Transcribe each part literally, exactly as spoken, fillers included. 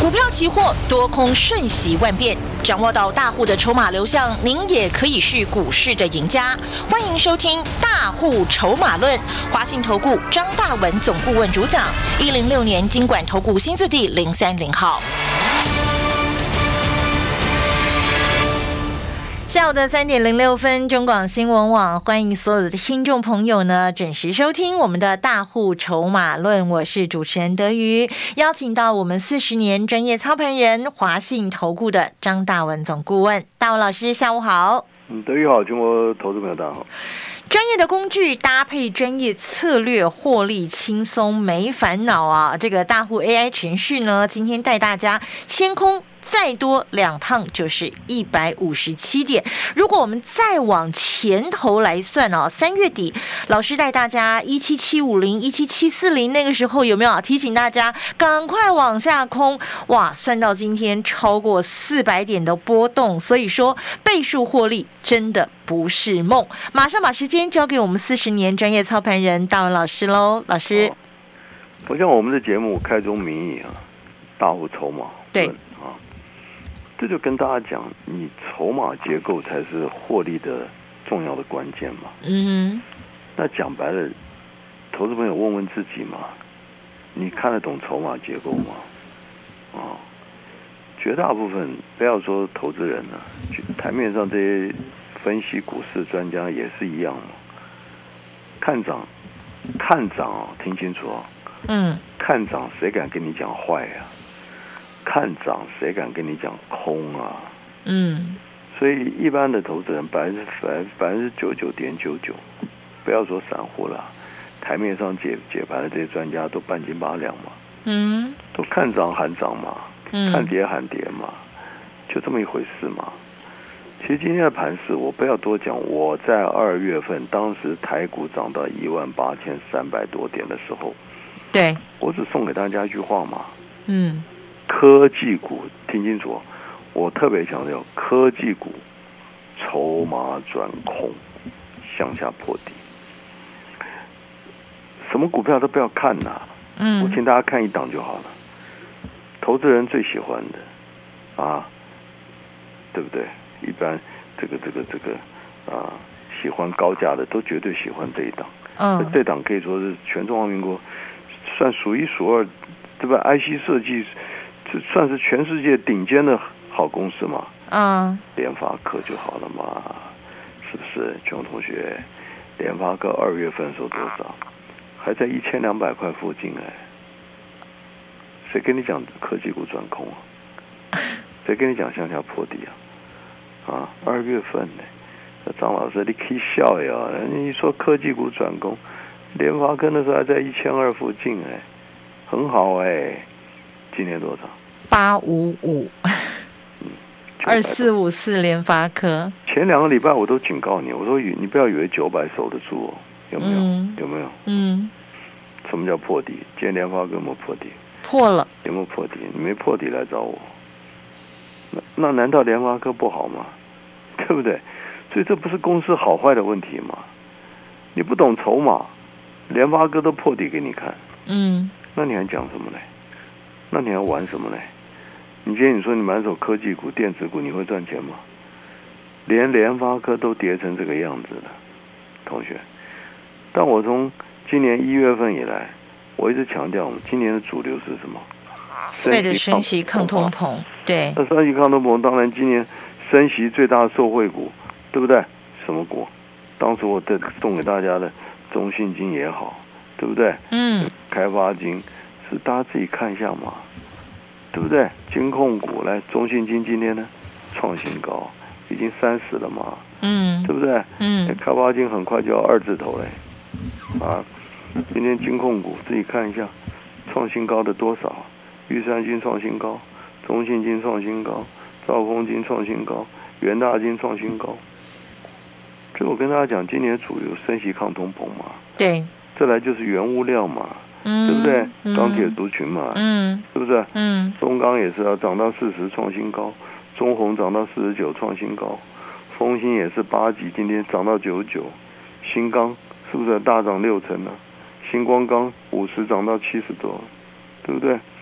股票期货多空瞬息万变，掌握到大户的筹码流向，您也可以是股市的赢家。欢迎收听《大户筹码论》，华信投顾张大文总顾问主讲，一零六年金管投顾新字第零三零号。下午的三点零六分，中广新闻网欢迎所有的听众朋友呢准时收听我们的大户筹码论，我是主持人德瑜，邀请到我们四十年专业操盘人华信投顾的张大文总顾问。大文老师下午好。 嗯，德瑜好，中国投资朋友大家好。 专业的工具搭配专业策略，获利轻松没烦恼啊！这个大户 A I 程序呢，今天带大家先空再多两趟就是一百五十七点。如果我们再往前头来算哦，三月底老师带大家一七七五零、一七七四零，那个时候有没有提醒大家赶快往下空？哇，算到今天超过四百点的波动，所以说倍数获利真的不是梦。马上把时间交给我们四十年专业操盘人大文老师喽，老师。 我想我们的节目开宗明义啊，大户筹码对啊。这就跟大家讲，你筹码结构才是获利的重要的关键嘛。 嗯， 那讲白了，投资朋友问问自己嘛，你看得懂筹码结构吗？啊，绝大部分不要说投资人了、啊，台面上这些分析股市专家也是一样嘛。看涨，看涨啊，听清楚啊。 嗯。 看涨谁敢跟你讲坏呀、啊？看涨谁敢跟你讲空啊？ 嗯， 所以一般的投资人百分之百百分之九九点九九，不要说散户了，台面上解解盘的这些专家都半斤八两嘛， 嗯， 都看涨喊涨嘛， 嗯， 看跌喊跌嘛，就这么一回事嘛。其实今天的盘势我不要多讲，我在二月份当时台股涨到一万八千三百多点的时候， 对， 我只送给大家一句话嘛， 嗯。 科技股听清楚，我特别强调，科技股筹码转空，向下破底，什么股票都不要看呐、啊。嗯，我请大家看一档就好了。投资人最喜欢的啊，对不对？一般这个这个这个啊，喜欢高价的都绝对喜欢这一档。嗯，这档可以说是全中华民国算数一数二，对吧 ？I C 设计。这算是全世界顶尖的好公司嘛？嗯，联发科就好了嘛，是不是？全同学，联发科二月份收多少？还在一千两百块附近哎。谁跟你讲科技股转空啊？谁跟你讲向下破底啊？啊，二月份呢？张老师，你可以笑呀！你说科技股转空，联发科那时候还在一千二附近哎，很好哎。今年多少？ 八五五，二四五四联发科。 前两个礼拜我都警告你，我说你不要以为九百守得住哦，有没有？嗯、有没有？嗯。什么叫破底？今天联发科有没有破底？ 破了。 有没有破底？你没破底来找我，那那难道联发科不好吗？对不对？所以这不是公司好坏的问题吗？你不懂筹码，联发科都破底给你看，嗯，那你还讲什么呢？那你要玩什么呢？你今天你说你买手科技股、电子股，你会赚钱吗？连联发科都跌成这个样子了，同学。但我从今年一月份以来，我一直强调，今年的主流是什么？ 对的，升息抗通膨。对。 那升息抗通膨，当然今年升息最大的受惠股，对不对？什么股？当时我的送给大家的中信金也好，对不对？嗯。开发金。是大家自己看一下嘛，对不对？金控股来，中信金今天呢创新高，已经三十了嘛，嗯，对不对？嗯，开发金很快就要二字头嘞，啊，今天金控股自己看一下，创新高的多少？玉山金创新高，中信金创新高，兆丰金创新高，元大金创新高。所以我跟大家讲，今年主流升息抗通膨嘛， 对， 再来就是原物料嘛。嗯、对不对？嗯、钢铁族群嘛，嗯，是不是？嗯，中钢也是要涨到四十创新高，中红涨到四十九创新高，丰兴也是八级，今天涨到九十九，新钢是不是大涨六成呢、啊？星光钢五十涨到七十多，对不对？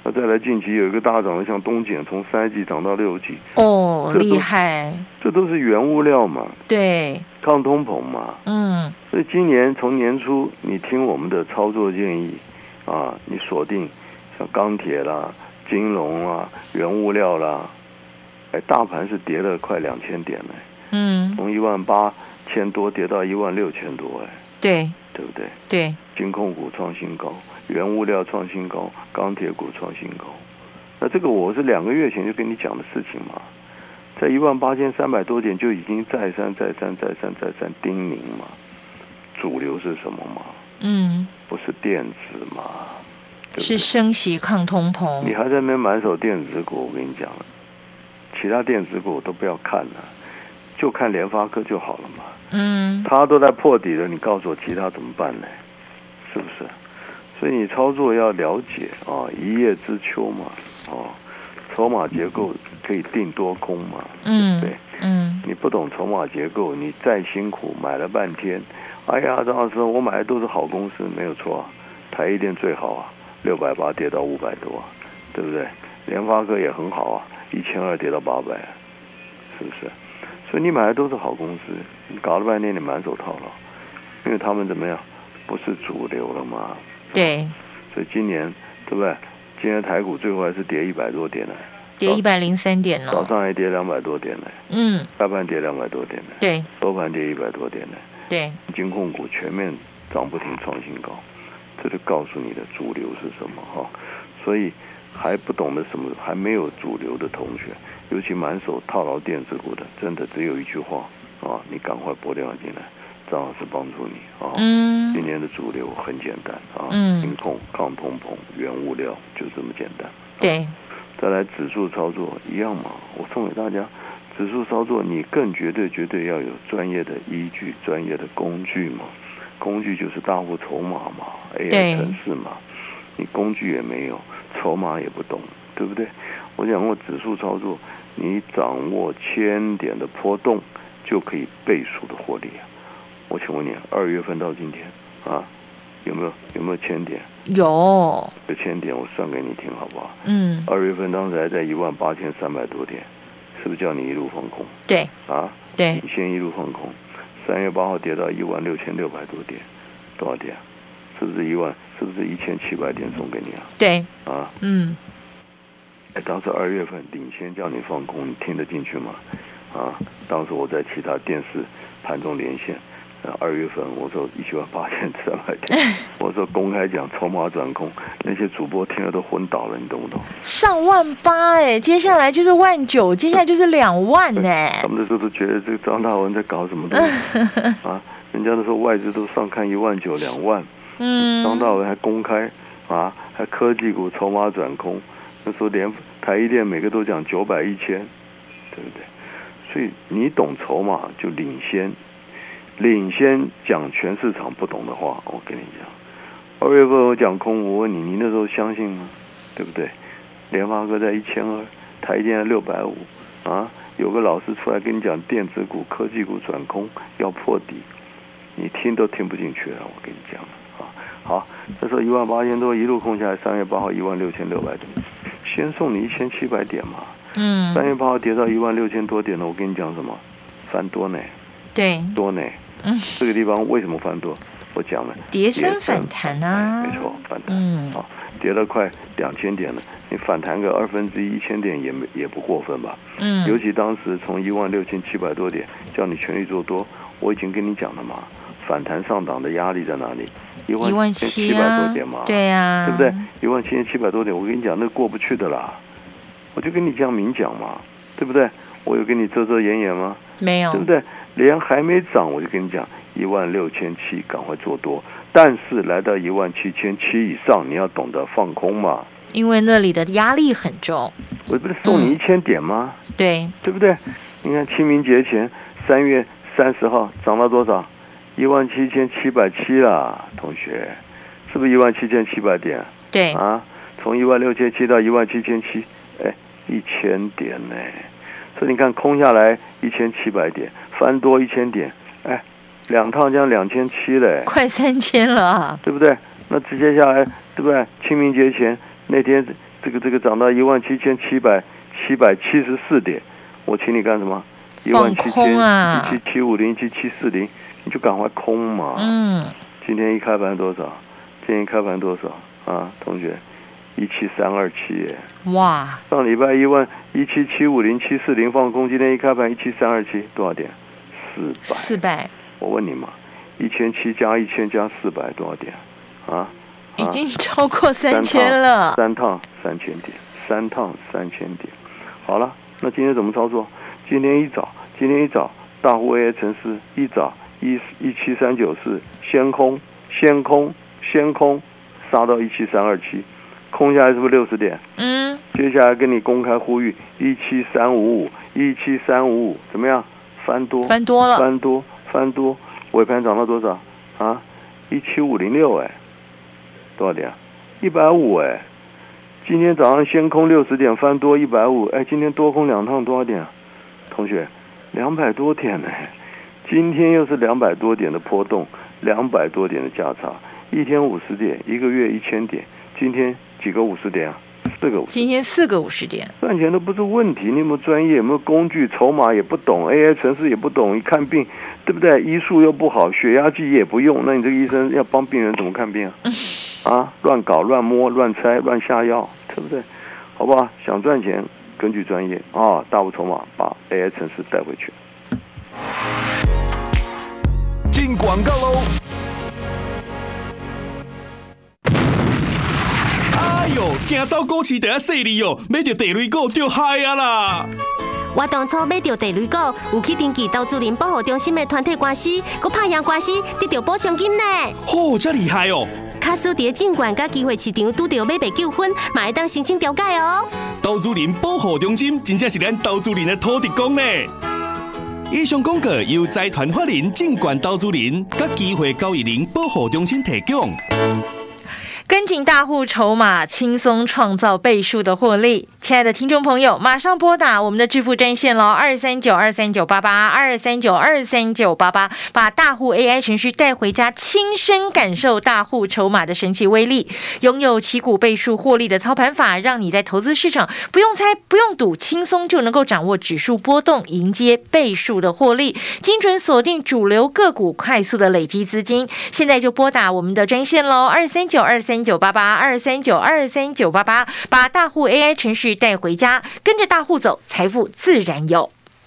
那再来近期有一个大涨的，像东碱，从三十几涨到六十几， 哦，厉害， 这都是原物料嘛， 对， 抗通膨嘛， 嗯， 所以今年从年初你听我们的操作建议啊，你锁定像钢铁啦、金融啦、原物料啦，哎，大盘是跌了快两千点呢， 嗯， 从一万八千多跌到一万六千多，哎， 对， 对不对？ 对， 金控股创新高，原物料创新高，钢铁股创新高。那这个我是两个月前就跟你讲的事情嘛，在一万八千三百多点就已经再三再三再三再三叮咛嘛。主流是什么嘛？ 嗯， 不是电子嘛？对对是升息抗通膨。 你还在那边满手电子股，我跟你讲，其他电子股都不要看了，就看联发科就好了嘛。 嗯， 它都在破底了，你告诉我其他怎么办呢？是不是？所以你操作要了解啊，一叶知秋嘛，啊，筹码结构可以定多空嘛， 嗯， 对不对？ 嗯， 你不懂筹码结构，你再辛苦买了半天，哎呀，张老师，我买的都是好公司，没有错啊，台积电最好啊，六百八跌到五百多，对不对？联发科也很好啊，一千二跌到八百，是不是？所以你买的都是好公司，你搞了半天你满手套牢，因为他们怎么样，不是主流了嘛。 对。 所以今年对不对？今年台股最后还是跌一百多点呢， 跌一百零三点了。 早上还跌两百多点呢。 嗯。 大盘跌两百多点呢。 对。 收盘跌一百多点呢。 对。 金控股全面涨不停创新高，这就告诉你的主流是什么哈。所以还不懂得什么，还没有主流的同学，尤其满手套牢电子股的，真的只有一句话啊，你赶快拨电话进来。张老师帮助你啊！嗯，今年的主流很简单啊，嗯，金控、抗通膨、原物料就这么简单。 对， 再来指数操作一样嘛，我送给大家，指数操作你更绝对绝对要有专业的依据、专业的工具嘛。工具就是大户筹码嘛 ，A I 程式嘛。你工具也没有，筹码也不懂，对不对？我讲过指数操作，你掌握千点的波动，就可以倍数的获利啊。我请问你，二月份到今天啊，有没有有没有千点？ 有， 有千点，我算给你听好不好？ 嗯。 二月份当时还在一万八千三百多点，是不是叫你一路放空？ 对。 啊， 对。 你先一路放空，三月八号跌到一万六千六百多点，多少点？是不是一万？是不是一千七百点送给你啊？ 对。 啊， 嗯。 哎，当时二月份领先叫你放空，你听得进去吗？啊，当时我在其他电视盘中连线。二月份我说一万八千三百点，我说公开讲筹码转空，那些主播听了都昏倒了，你懂不懂？ 上万八哎，接下来就是万九，接下来就是两万哎。 他们那时候都觉得这个张大文在搞什么东西啊？人家都说外资都上看一万九、两万，嗯，张大文还公开啊，还科技股筹码转空，那时候连台积电每个都讲九百、一千，对不对？所以你懂筹码就领先。领先讲全市场不懂的话，我跟你讲，二月份我讲空，我问你，你那时候相信吗？对不对？联发科在一千二，台积电六百五，啊，有个老师出来跟你讲电子股、科技股转空要破底，你听都听不进去了，我跟你讲啊。好，这时候一万八千多一路空下来，三月八号一万六千六百多，先送你一千七百点嘛。嗯。三月八号跌到一万六千多点了，我跟你讲什么？翻多呢？ 对。 多呢？嗯，这个地方为什么翻多？我讲了， 跌升反弹啊， 没错，反弹，嗯，啊，跌了快两千点了，你反弹个二分之一，一千点也没也不过分吧？嗯，尤其当时从一万六千七百多点，叫你全力做多，我已经跟你讲了嘛，反弹上档的压力在哪里？一万七百多点嘛， 对呀、啊， 对不对？一万七千七百多点，我跟你讲，那过不去的啦，我就跟你这样明讲嘛，对不对？我有跟你遮遮掩掩吗？ 没有， 对不对？连还没涨，我就跟你讲，一万六千七，赶快做多。但是来到一万七千七以上，你要懂得放空嘛， 因为那里的压力很重。 我不是送你一千点吗？ 嗯、对， 对不对？你看清明节前三月三十号涨到多少？一万七千七百七啦，同学，是不是一万七千七百点？ 对啊，从一万六千七到一万七千七，哎，一千点呢。所以你看，空下来一千七百点，翻多一千点，哎，两趟将两千七嘞， 快三千了， 对不对？那直接下来，对不对？清明节前那天这个这个涨到一万七千七百七百七十四点，我请你干什么？一万七千一七七五零一七七四零，你就赶快空嘛。 嗯。 今天一开盘多少？今天一开盘多少啊？同学，一七三二七耶！ 哇！ 上礼拜一万一七七五零七四零放空，今天一开盘一七三二七，多少点？四百。 四百。我问你嘛，一千七加一千加四百多少点？啊？ 已经超过三千了。 三趟三千点，三趟三千点。好了，那今天怎么操作？今天一早，今天一早，大户 A I 程式一早一一七三九四，先空，先空，先空，杀到一七三二七，空下来是不是六十点？ 嗯。 接下来跟你公开呼吁一七三五五，一七三五五，怎么样？翻多， 翻多了， 翻多，翻多，尾盘涨到多少？啊，一七五零六，哎，多少点啊？一百五，哎。今天早上先空六十点，翻多一百五，哎，今天多空两趟多少点啊？同学，两百多点呢。今天又是两百多点的波动，两百多点的价差，一天五十点，一个月一千点。今天几个五十点啊？四个五十。 今天四个五十点。 赚钱都不是问题，你有没有专业？有没有工具？筹码也不懂 ，A I 程式也不懂，一看病，对不对？医术又不好，血压计也不用，那你这个医生要帮病人怎么看病啊？啊，乱搞、乱摸、乱猜、乱下药，对不对？好不好？想赚钱，根据专业啊，大户筹码把 A I 程式带回去。 进广告喽！哎呦，行走股市就要细腻哦，买到地雷股就嗨啊啦！ 我当初买到地雷股，有去登记投资人保护中心的团体关系，佮拍赢官司，得到补偿金呢。 哦，这厉害哦！ 卡斯伫证券甲机会市场拄到买卖纠纷，嘛会当申请调解哦。 投资人保护中心真正是咱投资人的土地公呢。以上广告由财团法人证券投资人甲机会交易人保护中心提供。 跟紧大户筹码，轻松创造倍数的获利。亲爱的听众朋友，马上拨打我们的致富专线喽，二三九二三九八八二三九二三九八八，把大户 A I 程序带回家，亲身感受大户筹码的神奇威力，拥有旗鼓倍数获利的操盘法，让你在投资市场不用猜不用赌，轻松就能够掌握指数波动，迎接倍数的获利，精准锁定主流个股，快速的累积资金。现在就拨打我们的专线喽，二三九二三九八八二三九二三九八八，把大户 A I 程序带回家，跟着大户走，财富自然有。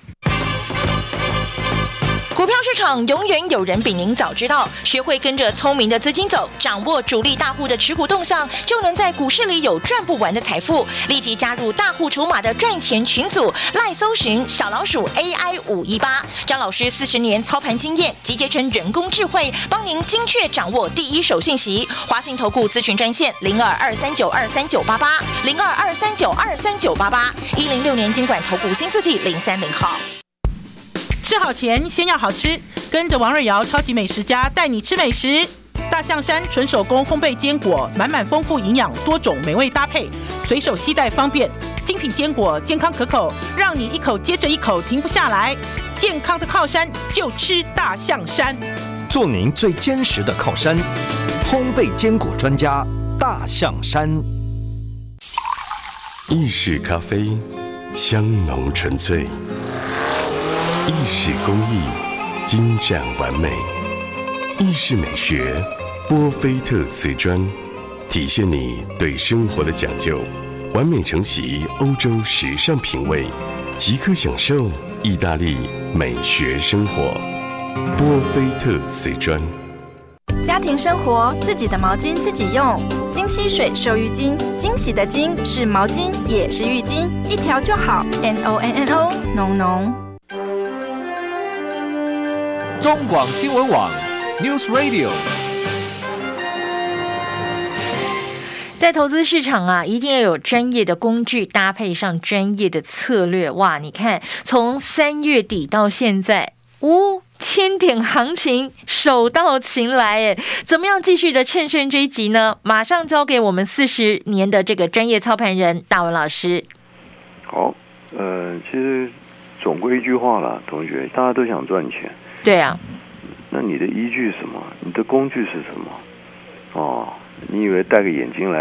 股票市场永远有人比您早知道，学会跟着聪明的资金走，掌握主力大户的持股动向，就能在股市里有赚不完的财富。立即加入大户筹码的赚钱群组，赖搜寻小老鼠 A I 五一八，张老师四十年操盘经验集结成人工智慧，帮您精确掌握第一手讯息。华信投顾咨询专线零二二三九二三九八八零二二三九二三九八八，一零六年金管投顾新字第零三零号。 吃好前先要好吃，跟着王瑞瑶超级美食家带你吃美食。大象山纯手工烘焙坚果，满满丰富营养，多种美味搭配，随手携带方便。精品坚果健康可口，让你一口接着一口停不下来。健康的靠山就吃大象山， 做您最坚实的靠山。烘焙坚果专家大象山。 意式咖啡，香浓纯粹。意式工艺，精湛完美；意式美学，波菲特瓷砖，体现你对生活的讲究，完美承袭欧洲时尚品味，即刻享受意大利美学生活。波菲特瓷砖。 家庭生活，自己的毛巾自己用。金溪水瘦浴巾，惊喜的金是毛巾也是浴巾，一条就好。N O N N O， 浓浓。 中广新闻网 News Radio。 在投资市场啊，一定要有专业的工具搭配上专业的策略。哇，你看，从三月底到现在，五千点行情手到擒来，哎，怎么样继续的乘胜追击呢？马上交给我们四十年的这个专业操盘人大文老师。 好，呃，其实总归一句话啦，同学，大家都想赚钱。 对啊， 那你的依据是什么？你的工具是什么？哦，你以为戴个眼镜来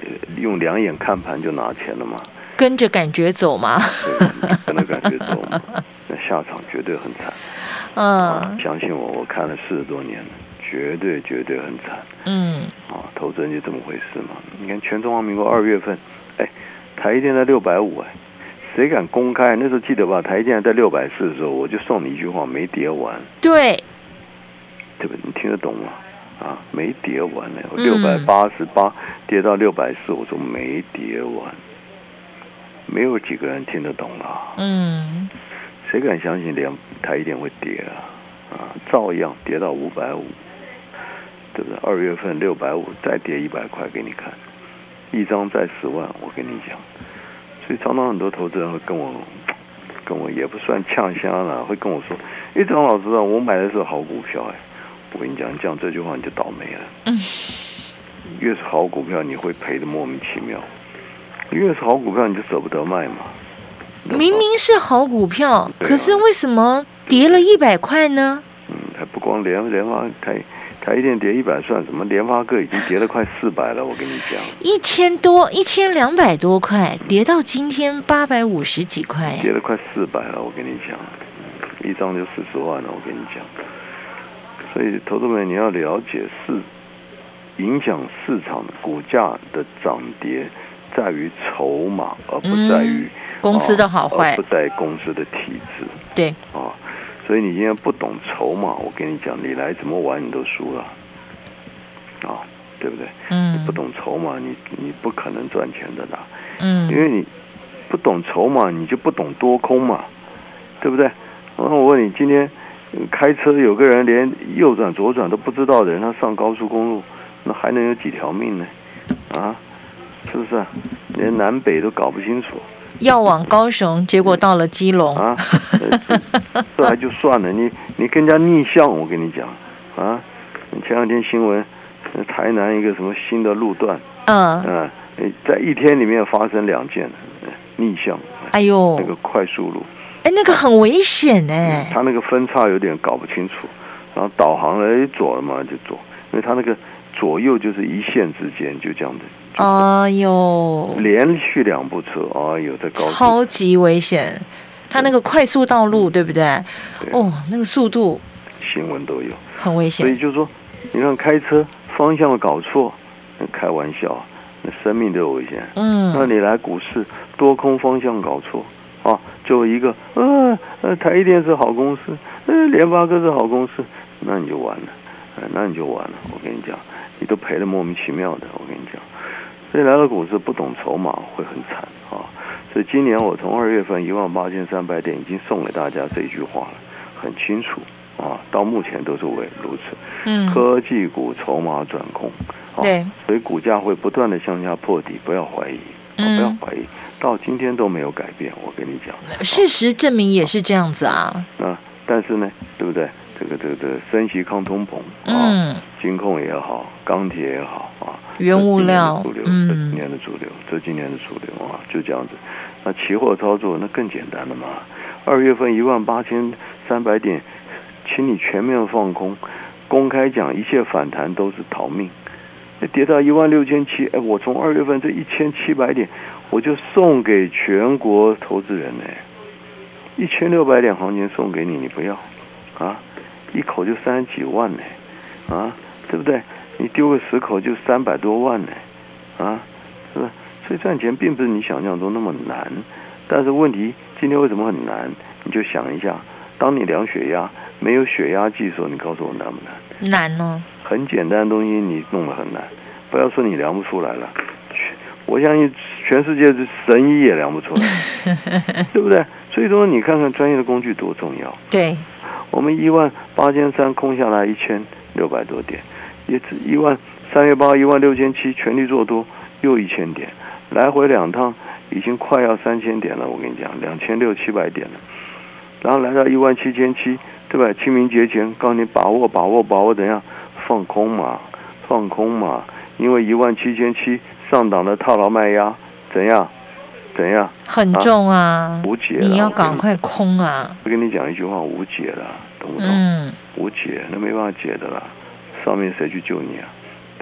用两眼看盘就拿钱了吗？ 跟着感觉走嘛。 对，你跟着感觉走嘛，那下场绝对很惨。 嗯、 啊，相信我，我看了四十多年了，绝对绝对很惨。 嗯， 啊，投资人就这么回事嘛。你看全中华民国二月份，哎，台积电在六百五，哎，谁敢公开？那时候记得吧？台积电在六百四的时候，我就送你一句话：没跌完。 对， 对不对？你听得懂吗？啊，没跌完呢，我六百八十八跌到六百四，我说没跌完，没有几个人听得懂啦。 嗯， 谁敢相信连台积电会跌啊？啊，照样跌到五百五，对不对？二月份六百五，再跌一百块给你看，一张再十万，我跟你讲。所以常常很多投资人会跟我，跟我也不算呛香了，会跟我说：“哎，张老师啊，我买的是好股票哎。”我跟你讲，讲这句话你就倒霉了。 嗯， 越是好股票，你会赔得莫名其妙；越是好股票，你就舍不得卖嘛。 明明是好股票，啊、可是为什么跌了一百块呢？ 嗯，还不光联联发台台积电跌一百算什么？联发科已经跌了快四百了，我跟你讲。 一千多，一千两百多块，跌到今天八百五十几块， 跌了快四百了，我跟你讲，一张就四十万了，我跟你讲。所以，投资们你要了解市影响市场股价的涨跌，在于筹码，而不在于、 嗯、公司的好坏， 而不在公司的体质。 对啊，所以你今天不懂筹码，我跟你讲，你来怎么玩你都输了啊，对不对？ 嗯， 你不懂筹码，你你不可能赚钱的啦。 嗯， 因为你不懂筹码，你就不懂多空嘛，对不对？然后我问你，今天。开车有个人连右转左转都不知道的人，他上高速公路，那还能有几条命呢？啊，是不是、啊？连南北都搞不清楚。 要往高雄，结果到了基隆啊，这, 这还就算了，你你跟人家逆向，我跟你讲啊，前两天新闻，台南一个什么新的路段， 嗯， 啊，在一天里面发生两件逆向， 哎呦， 那个快速路。 哎，那个很危险哎、 嗯！他那个分叉有点搞不清楚，然后导航了，哎，左了嘛就左，因为他那个左右就是一线之间，就这样子。 哎呦！ 连续两部车，哎呦，在高速超级危险。他那个快速道路，对不对？ 对哦，那个速度， 新闻都有， 很危险。 所以就是说，你看开车方向搞错，开玩笑，那生命都有危险。 嗯， 那你来股市多空方向搞错。啊，就一个，呃呃，台积电是好公司，呃，联发科是好公司，那你就完了，呃，那你就完了。我跟你讲，你都赔得莫名其妙的。我跟你讲，所以来到股市不懂筹码会很惨啊。所以今年我从二月份一万八千三百点已经送给大家这一句话了，很清楚啊，到目前都是为如此。 嗯， 科技股筹码转空，啊、 对， 所以股价会不断的向下破底，不要怀疑。哦、不要怀疑，到今天都没有改变。我跟你讲， 事实证明也是这样子啊。 啊，但是呢，对不对？这个这个这个升息抗通膨， 嗯， 啊，金控也好，钢铁也好啊， 原物料， 主流，嗯，这今年的主流，这今年的主流啊，就这样子。那期货操作那更简单了嘛。二月份一万八千三百点，请你全面放空，公开讲，一切反弹都是逃命。跌到一万六千七，哎，我从二月份这一千七百点，我就送给全国投资人呢，一千六百点行情送给你，你不要啊？一口就三十几万呢，啊，对不对？你丢个十口就三百多万呢，啊，是吧？所以赚钱并不是你想象中那么难，但是问题今天为什么很难？你就想一下，当你量血压没有血压计的时候，你告诉我难不难？ 难哦。很简单的东西你弄得很难，不要说你量不出来了，我相信全世界的神医也量不出来，对不对？所以说你看看专业的工具多重要。 对， 我们一万八千三空下来一千六百多点，也只一万三月八一万六千七全力做多又一千点，来回两趟已经快要三千点了。我跟你讲，两千六七百点了，然后来到一万七千七，对吧？清明节前告诉你把握把握把握，怎样？放空嘛，放空嘛，因为一万七千七上档的套牢卖压怎样？怎样？ 很重啊， 无解。 你要赶快空啊！ 我跟你讲一句话，无解了，懂不懂？ 嗯， 无解，那没办法解的啦。上面谁去救你啊？对不对？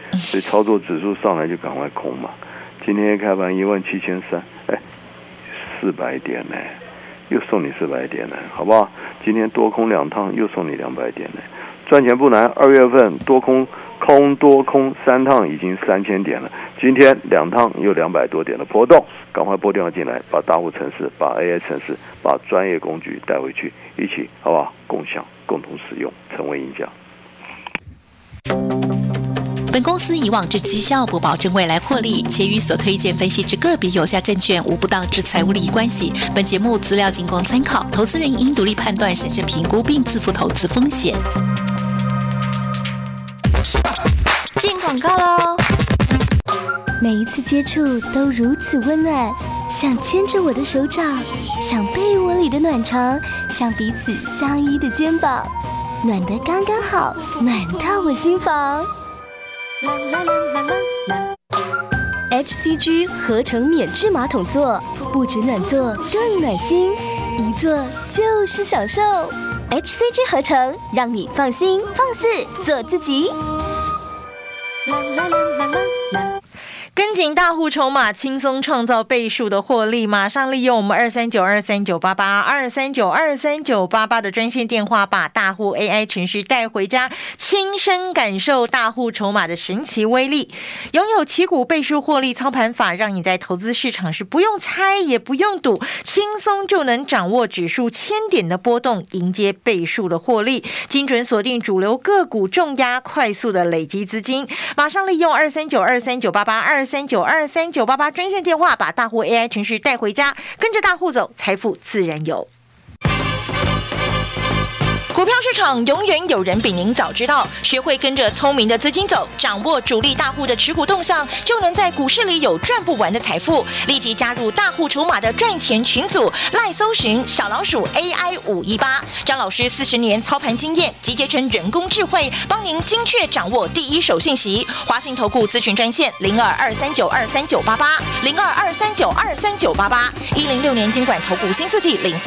所以操作指数上来就赶快空嘛。今天开盘一万七千三，哎，四百点呢，又送你四百点呢，好不好？今天多空两趟又送你两百点呢，赚钱不难。二月份多空空多空三趟已经三千点了，今天两趟又两百多点的波动，赶快拨电话进来，把大户程式、把 A I 程式、把专业工具带回去，一起好不好？共享、共同使用，成为赢家。 本公司以往之绩效不保证未来获利，且与所推荐分析之个别有价证券无不当之财务利益关系。本节目资料仅供参考，投资人应独立判断、审慎评估并自负投资风险。 进广告喽！每一次接触都如此温暖，像牵着我的手掌，像被窝里的暖床，像彼此相依的肩膀，暖得刚刚好，暖到我心房。H C G 合成免治马桶座，不止暖座更暖心，一坐就是享受。H C G 合成，让你放心放肆做自己。 跟紧大户筹码，轻松创造倍数的获利。马上利用我们二三九二三九八八二三九二三九八八的专线电话，把大户 A I 程序带回家，亲身感受大户筹码的神奇威力。拥有旗鼓倍数获利操盘法，让你在投资市场是不用猜也不用赌，轻松就能掌握指数千点的波动，迎接倍数的获利，精准锁定主流个股重压，快速的累积资金。马上利用二三九二三九八八二三九二三九八八专线电话，把大户 A I 程序带回家，跟着大户走，财富自然有。股票市场永远有人比您早知道，学会跟着聪明的资金走，掌握主力大户的持股动向，就能在股市里有赚不完的财富。立即加入大户筹码的赚钱群组，赖搜寻小老鼠 A I 五一八，张老师四十年操盘经验集结成人工智慧，帮您精确掌握第一手讯息。华信投顾咨询专线零二二三九二三九八八零二二三九二三九八八，一零六年金管投顾新字第零三。